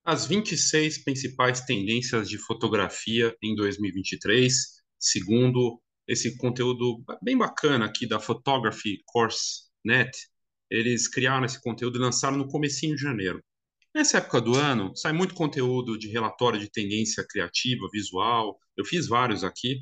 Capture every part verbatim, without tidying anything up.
As vinte e seis principais tendências de fotografia em dois mil e vinte e três, segundo esse conteúdo bem bacana aqui da Photography Course ponto net. Eles criaram esse conteúdo e lançaram no comecinho de janeiro. Nessa época do ano, sai muito conteúdo de relatório de tendência criativa, visual. Eu fiz vários aqui,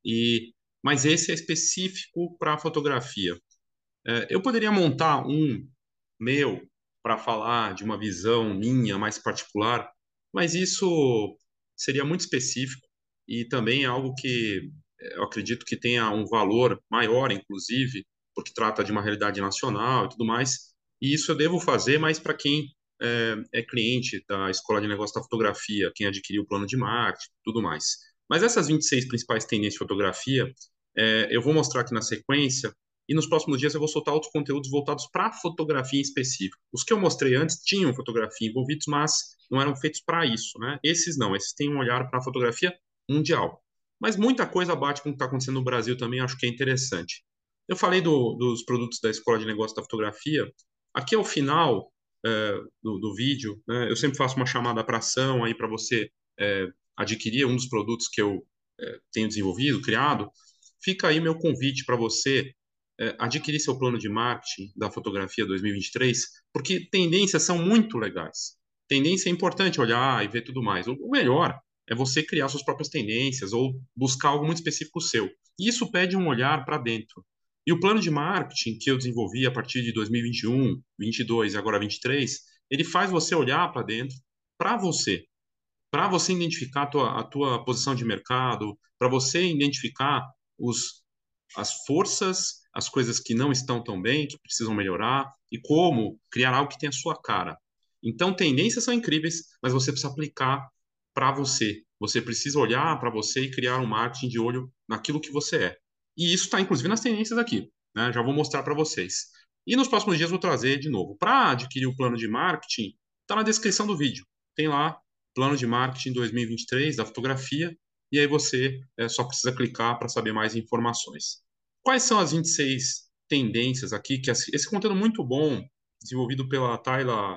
e mas esse é específico para fotografia. É, eu poderia montar um meu para falar de uma visão minha mais particular, mas isso seria muito específico e também é algo que eh, eu acredito que tenha um valor maior, inclusive, porque trata de uma realidade nacional e tudo mais. E isso eu devo fazer, mas para quem é, é cliente da Escola de Negócios da Fotografia, quem adquiriu o plano de marketing, tudo mais. Mas essas vinte e seis principais tendências de fotografia, é, eu vou mostrar aqui na sequência e nos próximos dias eu vou soltar outros conteúdos voltados para fotografia em específico. Os que eu mostrei antes tinham fotografia envolvidos, mas não eram feitos para isso, né? Esses não, esses têm um olhar para a fotografia mundial. Mas muita coisa bate com o que está acontecendo no Brasil também, acho que é interessante. Eu falei do, dos produtos da Escola de Negócios da Fotografia. Aqui ao final é, do, do vídeo, né, eu sempre faço uma chamada para ação aí para você é, adquirir um dos produtos que eu é, tenho desenvolvido, criado. Fica aí meu convite para você é, adquirir seu plano de marketing da fotografia dois mil e vinte e três, porque tendências são muito legais. Tendência é importante olhar e ver tudo mais. O melhor é você criar suas próprias tendências ou buscar algo muito específico seu. E isso pede um olhar para dentro. E o plano de marketing que eu desenvolvi a partir de dois mil e vinte e um, vinte e dois e agora vinte e três, ele faz você olhar para dentro, para você, para você identificar a tua, a tua posição de mercado, para você identificar os, as forças, as coisas que não estão tão bem, que precisam melhorar, e como criar algo que tenha a sua cara. Então, tendências são incríveis, mas você precisa aplicar para você. Você precisa olhar para você e criar um marketing de olho naquilo que você é. E isso está, inclusive, nas tendências aqui, né? Já vou mostrar para vocês. E nos próximos dias vou trazer de novo. Para adquirir o plano de marketing, está na descrição do vídeo. Tem lá plano de marketing dois mil e vinte e três da fotografia, e aí você é, só precisa clicar para saber mais informações. Quais são as vinte e seis tendências aqui, que esse conteúdo muito bom, desenvolvido pela Tayla,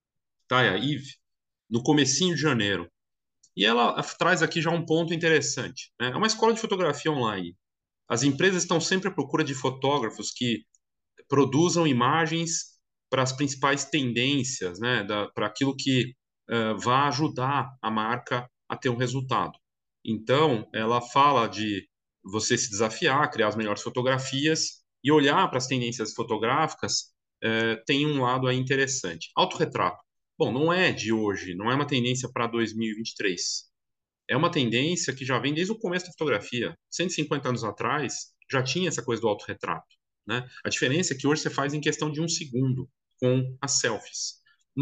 Taya Eve, no comecinho de janeiro. E ela traz aqui já um ponto interessante, né? É uma escola de fotografia online. As empresas estão sempre à procura de fotógrafos que produzam imagens para as principais tendências, né, para aquilo que uh, vai ajudar a marca a ter um resultado. Então, ela fala de você se desafiar, criar as melhores fotografias e olhar para as tendências fotográficas. Uh, tem um lado aí interessante. Autorretrato. Bom, não é de hoje, não é uma tendência para dois mil e vinte e três. É uma tendência que já vem desde o começo da fotografia. cento e cinquenta anos atrás, já tinha essa coisa do autorretrato, né? A diferença é que hoje você faz em questão de um segundo com as selfies.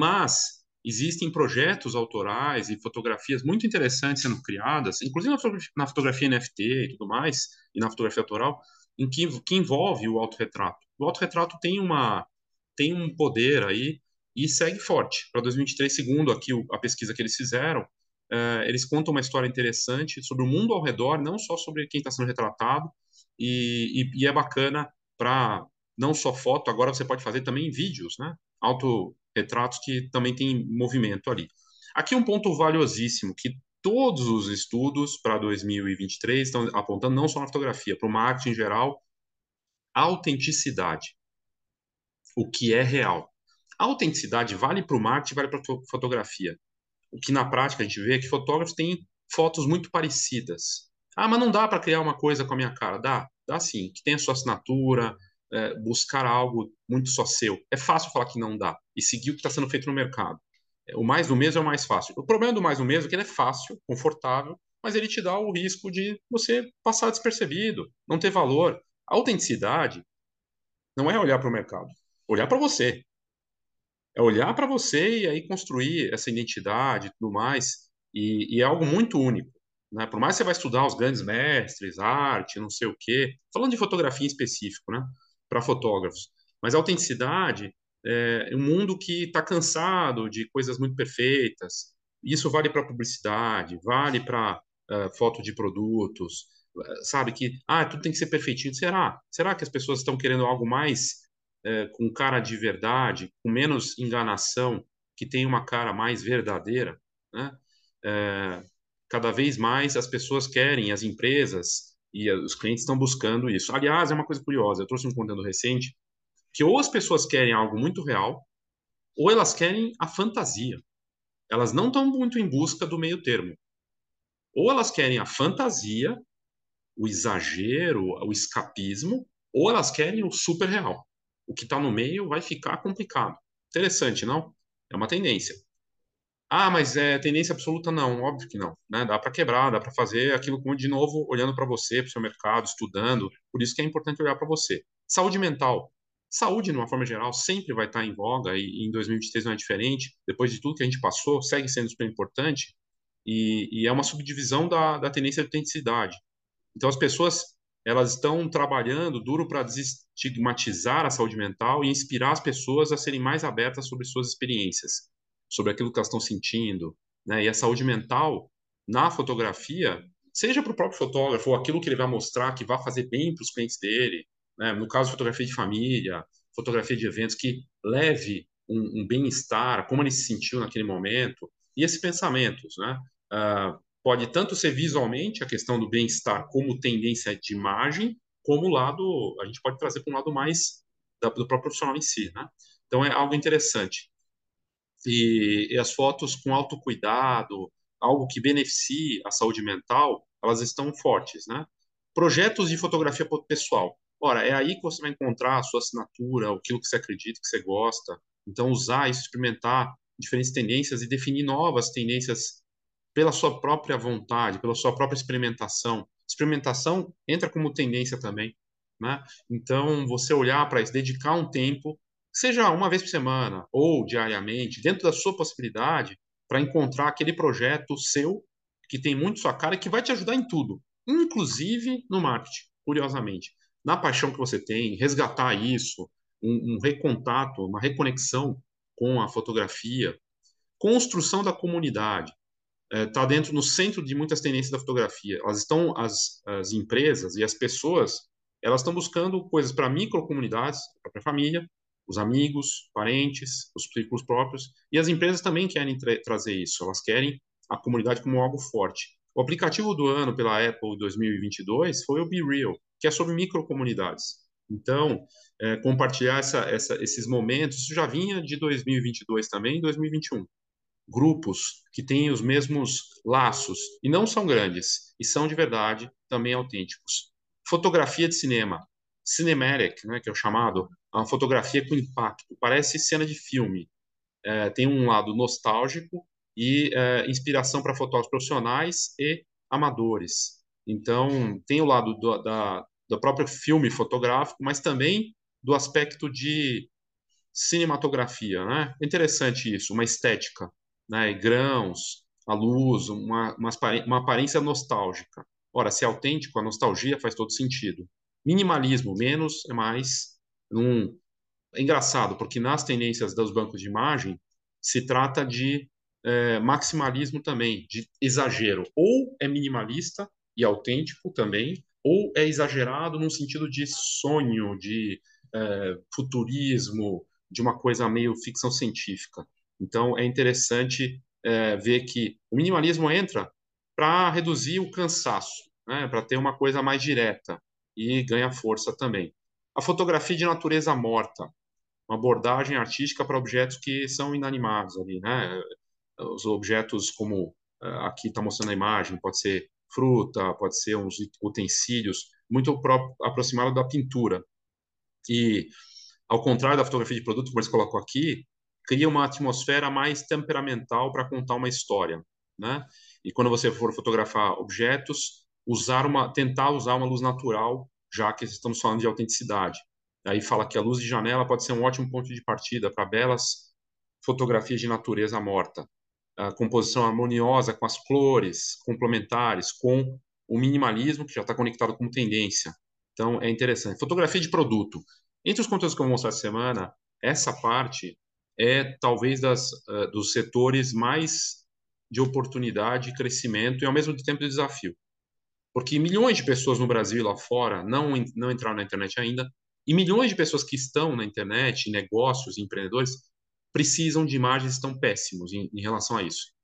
Mas existem projetos autorais e fotografias muito interessantes sendo criadas, inclusive na fotografia, na fotografia N F T e tudo mais, e na fotografia autoral, em que, que envolve o autorretrato. O autorretrato tem uma tem um poder aí e segue forte. Para dois mil e vinte e três, segundo aqui a pesquisa que eles fizeram, uh, eles contam uma história interessante sobre o mundo ao redor, não só sobre quem está sendo retratado, e, e, e é bacana para não só foto, agora você pode fazer também vídeos, né? Autorretratos que também tem movimento ali. Aqui um ponto valiosíssimo, que todos os estudos para dois mil e vinte e três estão apontando, não só na fotografia, para o marketing em geral, autenticidade, o que é real. A autenticidade vale para o marketing, vale para a fotografia. O que na prática a gente vê é que fotógrafos têm fotos muito parecidas. Ah, mas não dá para criar uma coisa com a minha cara. Dá, dá sim, que tem a sua assinatura, é, buscar algo muito só seu. É fácil falar que não dá e seguir o que está sendo feito no mercado. É, o mais do mesmo é o mais fácil. O problema do mais do mesmo é que ele é fácil, confortável, mas ele te dá o risco de você passar despercebido, não ter valor. A autenticidade não é olhar para o mercado, olhar para você. É olhar para você e aí construir essa identidade e tudo mais, e, e é algo muito único, né? Por mais que você vai estudar os grandes mestres, arte, não sei o quê, falando de fotografia em específico, né? Para fotógrafos. Mas a autenticidade é um mundo que está cansado de coisas muito perfeitas. Isso vale para publicidade, vale para uh, foto de produtos, uh, sabe? Que, ah, tudo tem que ser perfeitinho. Será? Será que as pessoas estão querendo algo mais é, com cara de verdade, com menos enganação, que tem uma cara mais verdadeira? né? É, cada vez mais as pessoas querem, as empresas e os clientes estão buscando isso. Aliás, é uma coisa curiosa, eu trouxe um conteúdo recente que ou as pessoas querem algo muito real, ou elas querem a fantasia. Elas não estão muito em busca do meio termo. Ou elas querem a fantasia, o exagero, o escapismo, ou elas querem o super real. O que está no meio vai ficar complicado. Interessante, não? É uma tendência. Ah, mas é tendência absoluta? Não, óbvio que não. Né? Dá para quebrar, dá para fazer aquilo com, de novo, olhando para você, para o seu mercado, estudando. Por isso que é importante olhar para você. Saúde mental. Saúde, de uma forma geral, sempre vai estar em voga e em dois mil e vinte e três não é diferente. Depois de tudo que a gente passou, segue sendo super importante e, e é uma subdivisão da, da tendência de autenticidade. Então, as pessoas elas estão trabalhando duro para desestigmatizar a saúde mental e inspirar as pessoas a serem mais abertas sobre suas experiências, sobre aquilo que elas estão sentindo, né? E a saúde mental na fotografia, seja para o próprio fotógrafo ou aquilo que ele vai mostrar que vai fazer bem para os clientes dele, né? No caso, fotografia de família, fotografia de eventos que leve um, um bem-estar, como ele se sentiu naquele momento e esses pensamentos, né? Uh, pode tanto ser visualmente a questão do bem-estar como tendência de imagem, como o lado, a gente pode trazer para um lado mais da, do próprio profissional em si, né? Então é algo interessante. E, e as fotos com autocuidado, algo que beneficie a saúde mental, elas estão fortes, né? Projetos de fotografia pessoal. Ora, é aí que você vai encontrar a sua assinatura, aquilo que você acredita, que você gosta. Então, usar isso, experimentar diferentes tendências e definir novas tendências pela sua própria vontade, pela sua própria experimentação. Experimentação entra como tendência também, né? Então, você olhar para isso, dedicar um tempo, seja uma vez por semana ou diariamente, dentro da sua possibilidade, para encontrar aquele projeto seu que tem muito sua cara e que vai te ajudar em tudo, inclusive no marketing, curiosamente. Na paixão que você tem, resgatar isso, um, um recontato, uma reconexão com a fotografia, construção da comunidade está dentro no centro de muitas tendências da fotografia. Elas estão as, as empresas e as pessoas, elas estão buscando coisas para microcomunidades, a própria família, os amigos, parentes, os círculos próprios, e as empresas também querem tra trazer isso. Elas querem a comunidade como algo forte. O aplicativo do ano pela Apple dois mil e vinte e dois foi o Be Real, que é sobre microcomunidades. Então, é, compartilhar essa, essa, esses momentos, isso já vinha de dois mil e vinte e dois também, dois mil e vinte e um grupos que têm os mesmos laços e não são grandes e são de verdade também autênticos. Fotografia de cinema, cinematic, né, que é o chamado, é uma fotografia com impacto, parece cena de filme. É, tem um lado nostálgico e é, inspiração para fotógrafos profissionais e amadores. Então, tem o lado do, da, do próprio filme fotográfico, mas também do aspecto de cinematografia, né? Interessante isso, uma estética, né? E grãos, a luz, uma, uma, uma aparência nostálgica. Ora, se é autêntico, a nostalgia faz todo sentido. Minimalismo, menos é mais. Um... É engraçado, porque nas tendências dos bancos de imagem se trata de é, maximalismo também, de exagero. Ou é minimalista e autêntico também, ou é exagerado num sentido de sonho, de é, futurismo, de uma coisa meio ficção científica. Então, é interessante é, ver que o minimalismo entra para reduzir o cansaço, né, para ter uma coisa mais direta e ganha força também. A fotografia de natureza morta, uma abordagem artística para objetos que são inanimados ali, né? Os objetos como uh, aqui está mostrando a imagem, pode ser fruta, pode ser uns utensílios, muito pro, aproximado da pintura. E, ao contrário da fotografia de produto, como eles colocam aqui, cria uma atmosfera mais temperamental para contar uma história, né? E quando você for fotografar objetos, usar uma, tentar usar uma luz natural, já que estamos falando de autenticidade. Aí fala que a luz de janela pode ser um ótimo ponto de partida para belas fotografias de natureza morta. A composição harmoniosa com as cores complementares, com o minimalismo, que já está conectado com tendência. Então, é interessante. Fotografia de produto. Entre os conteúdos que eu vou mostrar essa semana, essa parte é talvez das, uh, dos setores mais de oportunidade, crescimento e, ao mesmo tempo, de desafio. Porque milhões de pessoas no Brasil e lá fora não, não entraram na internet ainda, e milhões de pessoas que estão na internet, negócios, empreendedores, precisam de imagens, estão péssimos em, em relação a isso.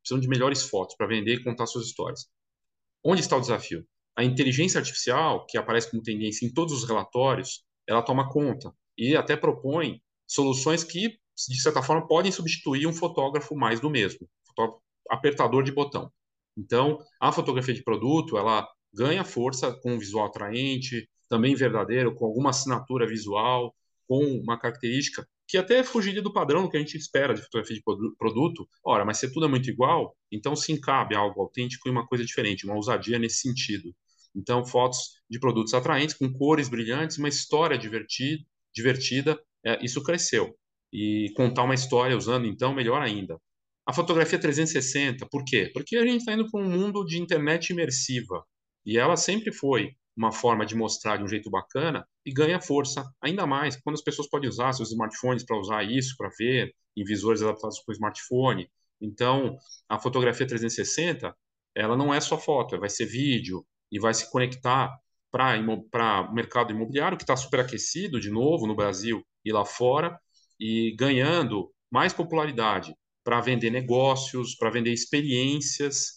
precisam de melhores fotos para vender e contar suas histórias. Onde está o desafio? A inteligência artificial, que aparece como tendência em todos os relatórios, ela toma conta e até propõe soluções que, de certa forma, podem substituir um fotógrafo mais do mesmo, fotógrafo apertador de botão. Então, a fotografia de produto, ela ganha força com um visual atraente, também verdadeiro, com alguma assinatura visual, com uma característica que até fugiria do padrão que a gente espera de fotografia de produto. Ora, mas se tudo é muito igual, então sim cabe algo autêntico e uma coisa diferente, uma ousadia nesse sentido. Então, fotos de produtos atraentes, com cores brilhantes, uma história divertida, divertida é, isso cresceu. E contar uma história usando, então, melhor ainda. A fotografia trezentos e sessenta, por quê? Porque a gente está indo para um mundo de internet imersiva. E ela sempre foi uma forma de mostrar de um jeito bacana e ganha força ainda mais quando as pessoas podem usar seus smartphones para usar isso, para ver em visores adaptados para o smartphone. Então, a fotografia trezentos e sessenta, ela não é só foto, vai ser vídeo e vai se conectar para o mercado imobiliário, que está superaquecido de novo no Brasil e lá fora, e ganhando mais popularidade para vender negócios, para vender experiências,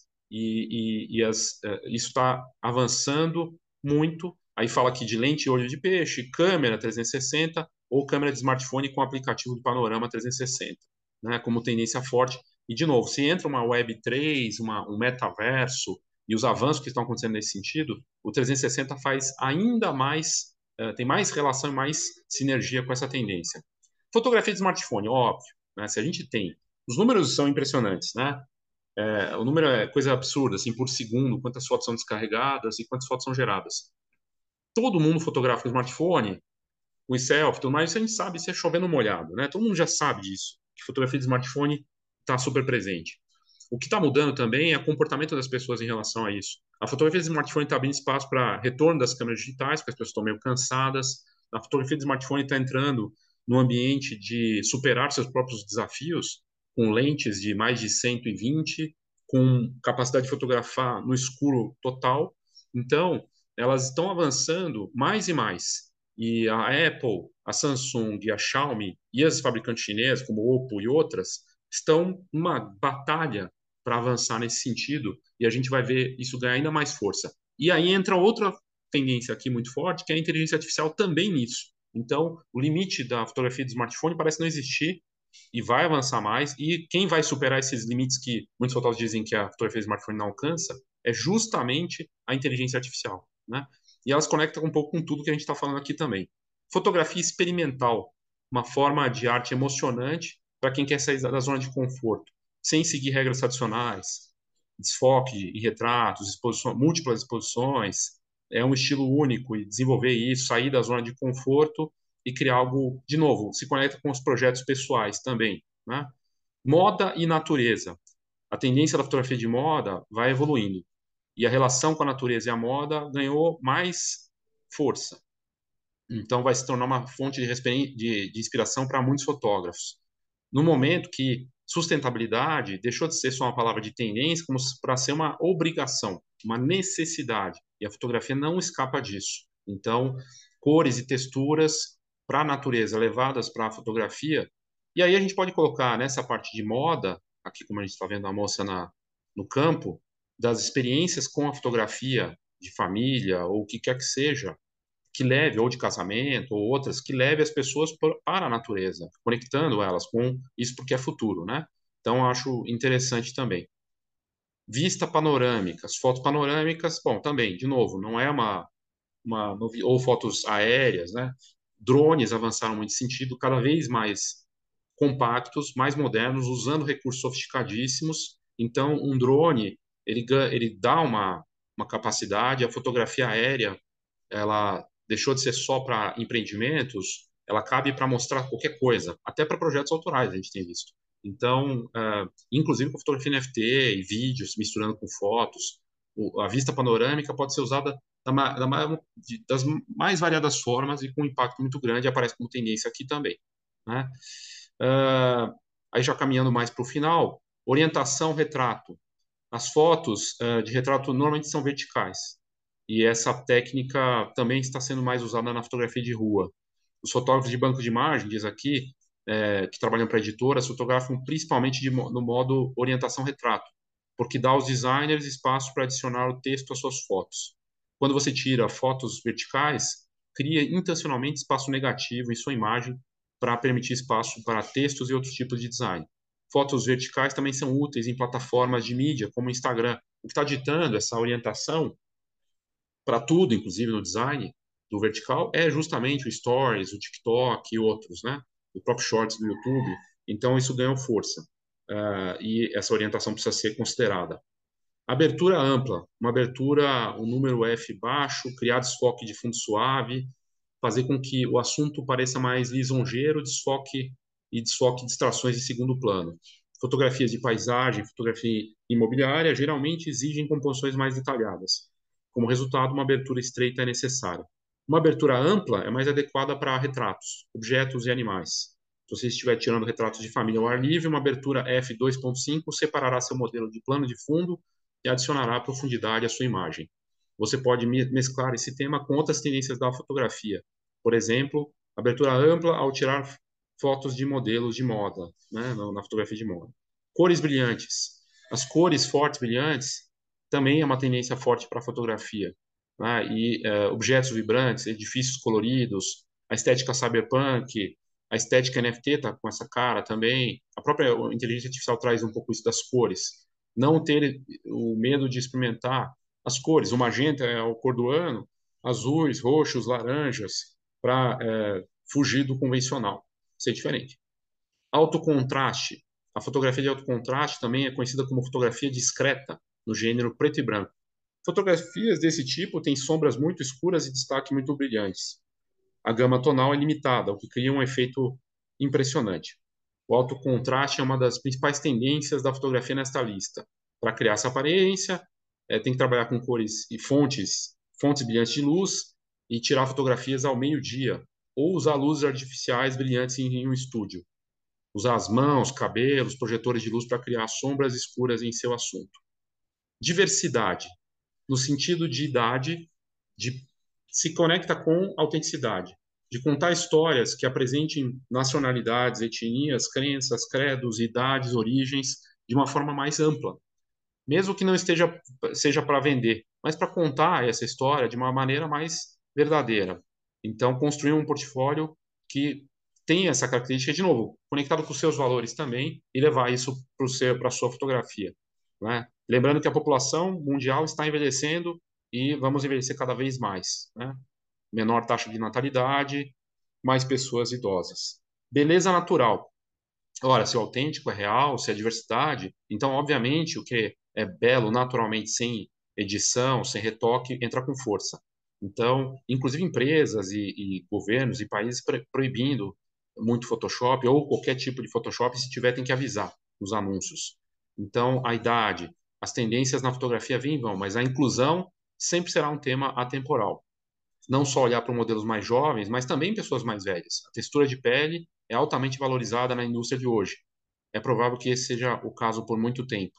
e, e, e as, uh, isso está avançando muito. Aí fala aqui de lente e olho de peixe, câmera trezentos e sessenta ou câmera de smartphone com aplicativo de panorama trezentos e sessenta, né, como tendência forte. E, de novo, se entra uma Web três, uma, um metaverso e os avanços que estão acontecendo nesse sentido, o trezentos e sessenta faz ainda mais, uh, tem mais relação e mais sinergia com essa tendência. Fotografia de smartphone, óbvio, né, se a gente tem, os números são impressionantes, né? É, o número é coisa absurda, assim, por segundo, quantas fotos são descarregadas e quantas fotos são geradas. Todo mundo fotografa com smartphone, com selfie, tudo mais, isso a gente sabe se é chovendo molhado, né? Todo mundo já sabe disso, que fotografia de smartphone está super presente. O que está mudando também é o comportamento das pessoas em relação a isso. A fotografia de smartphone está abrindo espaço para retorno das câmeras digitais, porque as pessoas estão meio cansadas. A fotografia de smartphone está entrando no ambiente de superar seus próprios desafios, com lentes de mais de cento e vinte, com capacidade de fotografar no escuro total. Então, elas estão avançando mais e mais. E a Apple, a Samsung, a Xiaomi e as fabricantes chinesas, como o Oppo e outras, estão numa batalha para avançar nesse sentido, e a gente vai ver isso ganhar ainda mais força. E aí entra outra tendência aqui muito forte, que é a inteligência artificial também nisso. Então, o limite da fotografia de smartphone parece não existir e vai avançar mais, e quem vai superar esses limites que muitos fotógrafos dizem que a fotografia de smartphone não alcança é justamente a inteligência artificial, né? E elas conectam um pouco com tudo que a gente está falando aqui também. Fotografia experimental, uma forma de arte emocionante para quem quer sair da zona de conforto, sem seguir regras tradicionais, desfoque em retratos, exposição, múltiplas exposições, é um estilo único e desenvolver isso, sair da zona de conforto e criar algo, de novo, se conecta com os projetos pessoais também, né? Moda e natureza. A tendência da fotografia de moda vai evoluindo e a relação com a natureza e a moda ganhou mais força. Então, vai se tornar uma fonte de, de, de inspiração para muitos fotógrafos. No momento que sustentabilidade deixou de ser só uma palavra de tendência, como para ser uma obrigação, uma necessidade. E a fotografia não escapa disso. Então, cores e texturas para a natureza levadas para a fotografia. E aí a gente pode colocar nessa parte de moda, aqui como a gente está vendo a moça na, no campo, das experiências com a fotografia de família ou o que quer que seja, que leve, ou de casamento, ou outras, que leve as pessoas para a natureza, conectando elas com isso porque é futuro, né? Então, eu acho interessante também. Vista panorâmicas, fotos panorâmicas, bom, também, de novo, não é uma, uma ou fotos aéreas, né? Drones avançaram muito nesse sentido, cada vez mais compactos, mais modernos, usando recursos sofisticadíssimos. Então, um drone, ele, ele dá uma, uma capacidade, a fotografia aérea, ela deixou de ser só para empreendimentos, ela cabe para mostrar qualquer coisa, até para projetos autorais, a gente tem visto. Então, uh, inclusive com fotografia N F T e vídeos misturando com fotos, o, a vista panorâmica pode ser usada da, da, das mais variadas formas e com um impacto muito grande, aparece como tendência aqui também, né? Uh, aí já caminhando mais para o final, orientação, retrato. As fotos uh, de retrato normalmente são verticais, e essa técnica também está sendo mais usada na fotografia de rua. Os fotógrafos de banco de imagem, diz aqui, é, que trabalham para editoras, fotografam principalmente de, no modo orientação-retrato, porque dá aos designers espaço para adicionar o texto às suas fotos. Quando você tira fotos verticais, cria intencionalmente espaço negativo em sua imagem para permitir espaço para textos e outros tipos de design. Fotos verticais também são úteis em plataformas de mídia, como o Instagram. O que está ditando essa orientação para tudo, inclusive no design do vertical, é justamente o Stories, o TikTok e outros, né? O próprio Shorts do YouTube. Então, isso ganhou força. Uh, e essa orientação precisa ser considerada. Abertura ampla, uma abertura, um número F baixo, criar desfoque de fundo suave, fazer com que o assunto pareça mais lisonjeiro, desfoque e desfoque distrações de segundo plano. Fotografias de paisagem, fotografia imobiliária, geralmente exigem composições mais detalhadas. Como resultado, uma abertura estreita é necessária. Uma abertura ampla é mais adequada para retratos, objetos e animais. Se você estiver tirando retratos de família ao ar livre, uma abertura F dois ponto cinco separará seu modelo de plano de fundo e adicionará profundidade à sua imagem. Você pode mesclar esse tema com outras tendências da fotografia. Por exemplo, abertura ampla ao tirar fotos de modelos de moda, né, na fotografia de moda. Cores brilhantes. As cores fortes, brilhantes, também é uma tendência forte para a fotografia. Né? E uh, objetos vibrantes, edifícios coloridos, a estética cyberpunk, a estética N F T está com essa cara também. A própria inteligência artificial traz um pouco isso das cores. Não ter o medo de experimentar as cores. O magenta é a cor do ano, azuis, roxos, laranjas, para é, fugir do convencional, ser diferente. Alto contraste. A fotografia de alto contraste também é conhecida como fotografia discreta, no gênero preto e branco. Fotografias desse tipo têm sombras muito escuras e destaque muito brilhantes. A gama tonal é limitada, o que cria um efeito impressionante. O alto contraste é uma das principais tendências da fotografia nesta lista. Para criar essa aparência, é, tem que trabalhar com cores e fontes, fontes brilhantes de luz e tirar fotografias ao meio-dia, ou usar luzes artificiais brilhantes em, em um estúdio. Usar as mãos, cabelos, projetores de luz para criar sombras escuras em seu assunto. Diversidade, no sentido de idade, de se conecta com autenticidade, de contar histórias que apresentem nacionalidades, etnias, crenças, credos, idades, origens, de uma forma mais ampla. Mesmo que não esteja seja para vender, mas para contar essa história de uma maneira mais verdadeira. Então, construir um portfólio que tem essa característica, de novo, conectado com os seus valores também, e levar isso para a sua fotografia. Né? Lembrando que a população mundial está envelhecendo e vamos envelhecer cada vez mais. Né? Menor taxa de natalidade, mais pessoas idosas. Beleza natural. Ora, se o autêntico é real, se é diversidade, então, obviamente, o que é belo naturalmente, sem edição, sem retoque, entra com força. Então, inclusive empresas e, e governos e países proibindo muito Photoshop ou qualquer tipo de Photoshop, se tiver, tem que avisar nos anúncios. Então, a idade, as tendências na fotografia vêm e vão, mas a inclusão sempre será um tema atemporal. Não só olhar para modelos mais jovens, mas também pessoas mais velhas. A textura de pele é altamente valorizada na indústria de hoje. É provável que esse seja o caso por muito tempo.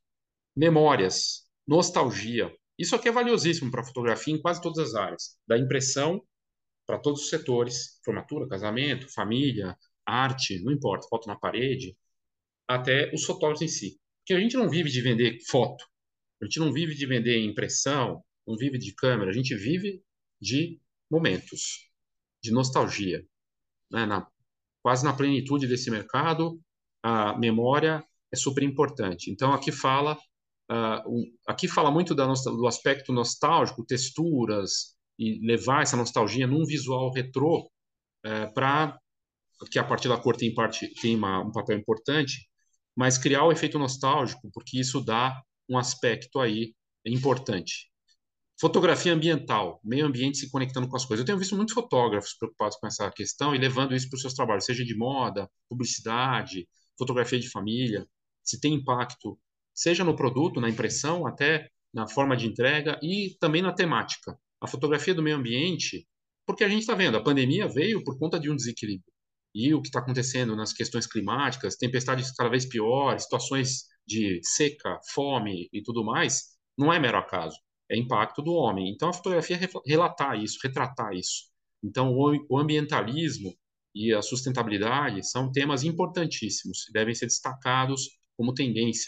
Memórias, nostalgia. Isso aqui é valiosíssimo para a fotografia em quase todas as áreas. Da impressão para todos os setores, formatura, casamento, família, arte, não importa, foto na parede, até os fotógrafos em si. Porque a gente não vive de vender foto, a gente não vive de vender impressão, não vive de câmera, a gente vive de momentos, de nostalgia. Né? Na, quase na plenitude desse mercado, a memória é super importante. Então, aqui fala, uh, um, aqui fala muito da, do aspecto nostálgico, texturas, e levar essa nostalgia num visual retrô uh, para que a partir da cor tem, parte, tem uma, um papel importante, mas criar o efeito nostálgico, porque isso dá um aspecto aí importante. Fotografia ambiental, meio ambiente se conectando com as coisas. Eu tenho visto muitos fotógrafos preocupados com essa questão e levando isso para os seus trabalhos, seja de moda, publicidade, fotografia de família, se tem impacto, seja no produto, na impressão, até na forma de entrega e também na temática. A fotografia do meio ambiente, porque a gente está vendo, a pandemia veio por conta de um desequilíbrio. E o que está acontecendo nas questões climáticas, tempestades cada vez piores, situações de seca, fome e tudo mais, não é mero acaso, é impacto do homem. Então, a fotografia é relatar isso, retratar isso. Então, o ambientalismo e a sustentabilidade são temas importantíssimos, devem ser destacados como tendência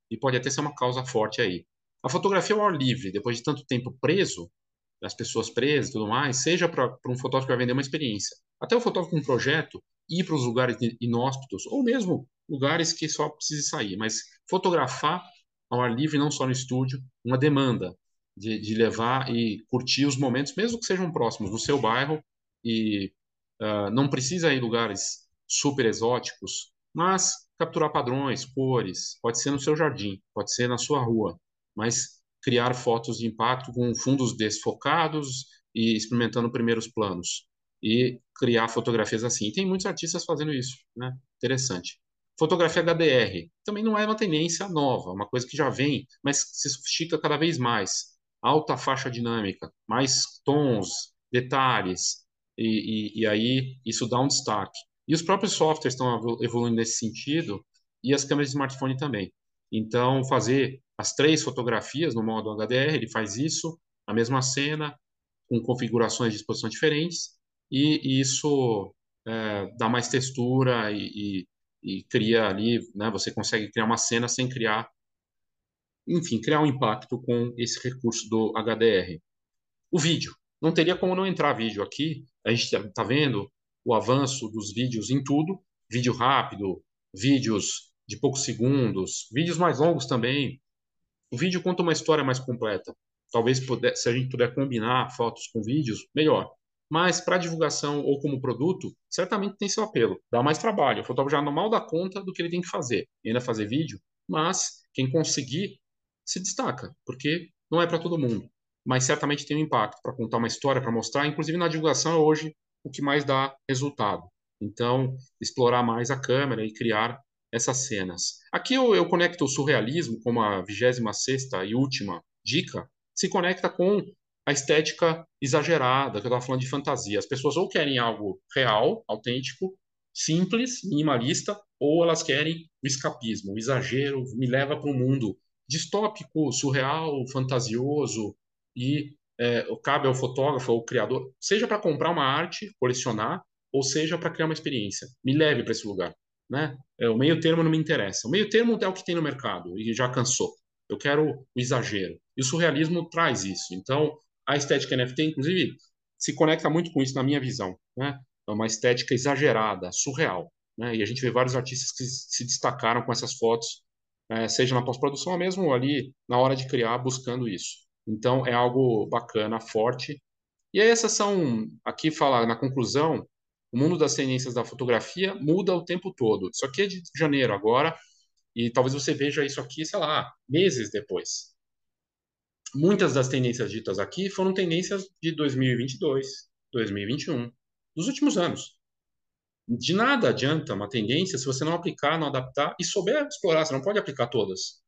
e pode até ser uma causa forte aí. A fotografia ao ar livre, depois de tanto tempo preso, as pessoas presas e tudo mais, seja para um fotógrafo que vai vender uma experiência, até o fotógrafo com um projeto, ir para os lugares inóspitos, ou mesmo lugares que só precise sair, mas fotografar ao ar livre, não só no estúdio, uma demanda de, de levar e curtir os momentos, mesmo que sejam próximos, no seu bairro, e uh, não precisa ir em lugares super exóticos, mas capturar padrões, cores, pode ser no seu jardim, pode ser na sua rua, mas criar fotos de impacto com fundos desfocados e experimentando primeiros planos. E criar fotografias assim. E tem muitos artistas fazendo isso, né? Interessante. Fotografia H D R também não é uma tendência nova, uma coisa que já vem, mas se sofistica cada vez mais. Alta faixa dinâmica, mais tons, detalhes, e, e, e aí isso dá um destaque. E os próprios softwares estão evoluindo nesse sentido, e as câmeras de smartphone também. Então, fazer as três fotografias no modo H D R, ele faz isso, a mesma cena, com configurações de exposição diferentes, e, e isso é, dá mais textura e, e, e cria ali, né, você consegue criar uma cena sem criar, enfim, criar um impacto com esse recurso do H D R. O vídeo. Não teria como não entrar vídeo aqui. A gente está vendo o avanço dos vídeos em tudo. Vídeo rápido, vídeos de poucos segundos, vídeos mais longos também. O vídeo conta uma história mais completa. Talvez puder, se a gente puder combinar fotos com vídeos, melhor. Mas para divulgação ou como produto, certamente tem seu apelo. Dá mais trabalho. O fotógrafo já não mal dá conta do que ele tem que fazer. E ainda fazer vídeo, mas quem conseguir se destaca, porque não é para todo mundo. Mas certamente tem um impacto para contar uma história, para mostrar. Inclusive na divulgação é hoje o que mais dá resultado. Então, explorar mais a câmera e criar essas cenas. Aqui eu, eu conecto o surrealismo como a vigésima sexta e última dica, se conecta com a estética exagerada, que eu estava falando de fantasia. As pessoas ou querem algo real, autêntico, simples, minimalista, ou elas querem o escapismo, o exagero, me leva para um mundo distópico, surreal, fantasioso, e é, cabe ao fotógrafo ou criador, seja para comprar uma arte, colecionar, ou seja para criar uma experiência. Me leve para esse lugar, né? É, o meio termo não me interessa. O meio termo é o que tem no mercado e já cansou. Eu quero o exagero. E o surrealismo traz isso. Então, a estética N F T, inclusive, se conecta muito com isso na minha visão, né? É uma estética exagerada, surreal, né? E a gente vê vários artistas que se destacaram com essas fotos, é, seja na pós-produção ou mesmo ali na hora de criar, buscando isso. Então, é algo bacana, forte. E aí, essas são, aqui fala na conclusão, o mundo das tendências da fotografia muda o tempo todo. Isso aqui é de janeiro agora, e talvez você veja isso aqui, sei lá, meses depois. Muitas das tendências ditas aqui foram tendências de dois mil e vinte e dois, dois mil e vinte e um, dos últimos anos. De nada adianta uma tendência se você não aplicar, não adaptar e souber explorar. Você não pode aplicar todas.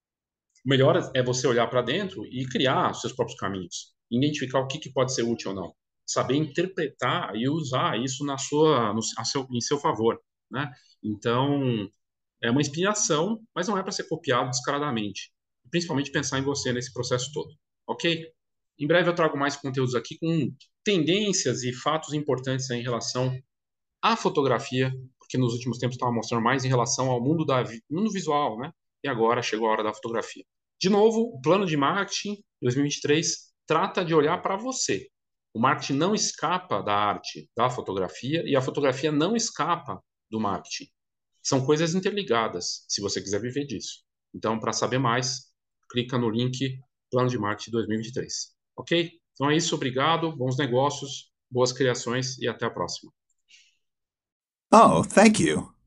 O melhor é você olhar para dentro e criar os seus próprios caminhos, identificar o que, que pode ser útil ou não, saber interpretar e usar isso na sua, no, a seu, em seu favor, né? Então, é uma inspiração, mas não é para ser copiado descaradamente. Principalmente pensar em você nesse processo todo, ok? Em breve eu trago mais conteúdos aqui com tendências e fatos importantes em relação à fotografia, porque nos últimos tempos estava mostrando mais em relação ao mundo da mundo visual, né? E agora chegou a hora da fotografia. De novo, o plano de marketing dois mil e vinte e três trata de olhar para você. O marketing não escapa da arte, da fotografia, e a fotografia não escapa do marketing. São coisas interligadas, se você quiser viver disso. Então, para saber mais, clica no link Plano de Marketing dois mil e vinte e três. Ok? Então é isso, obrigado, bons negócios, boas criações e até a próxima. Oh, thank you.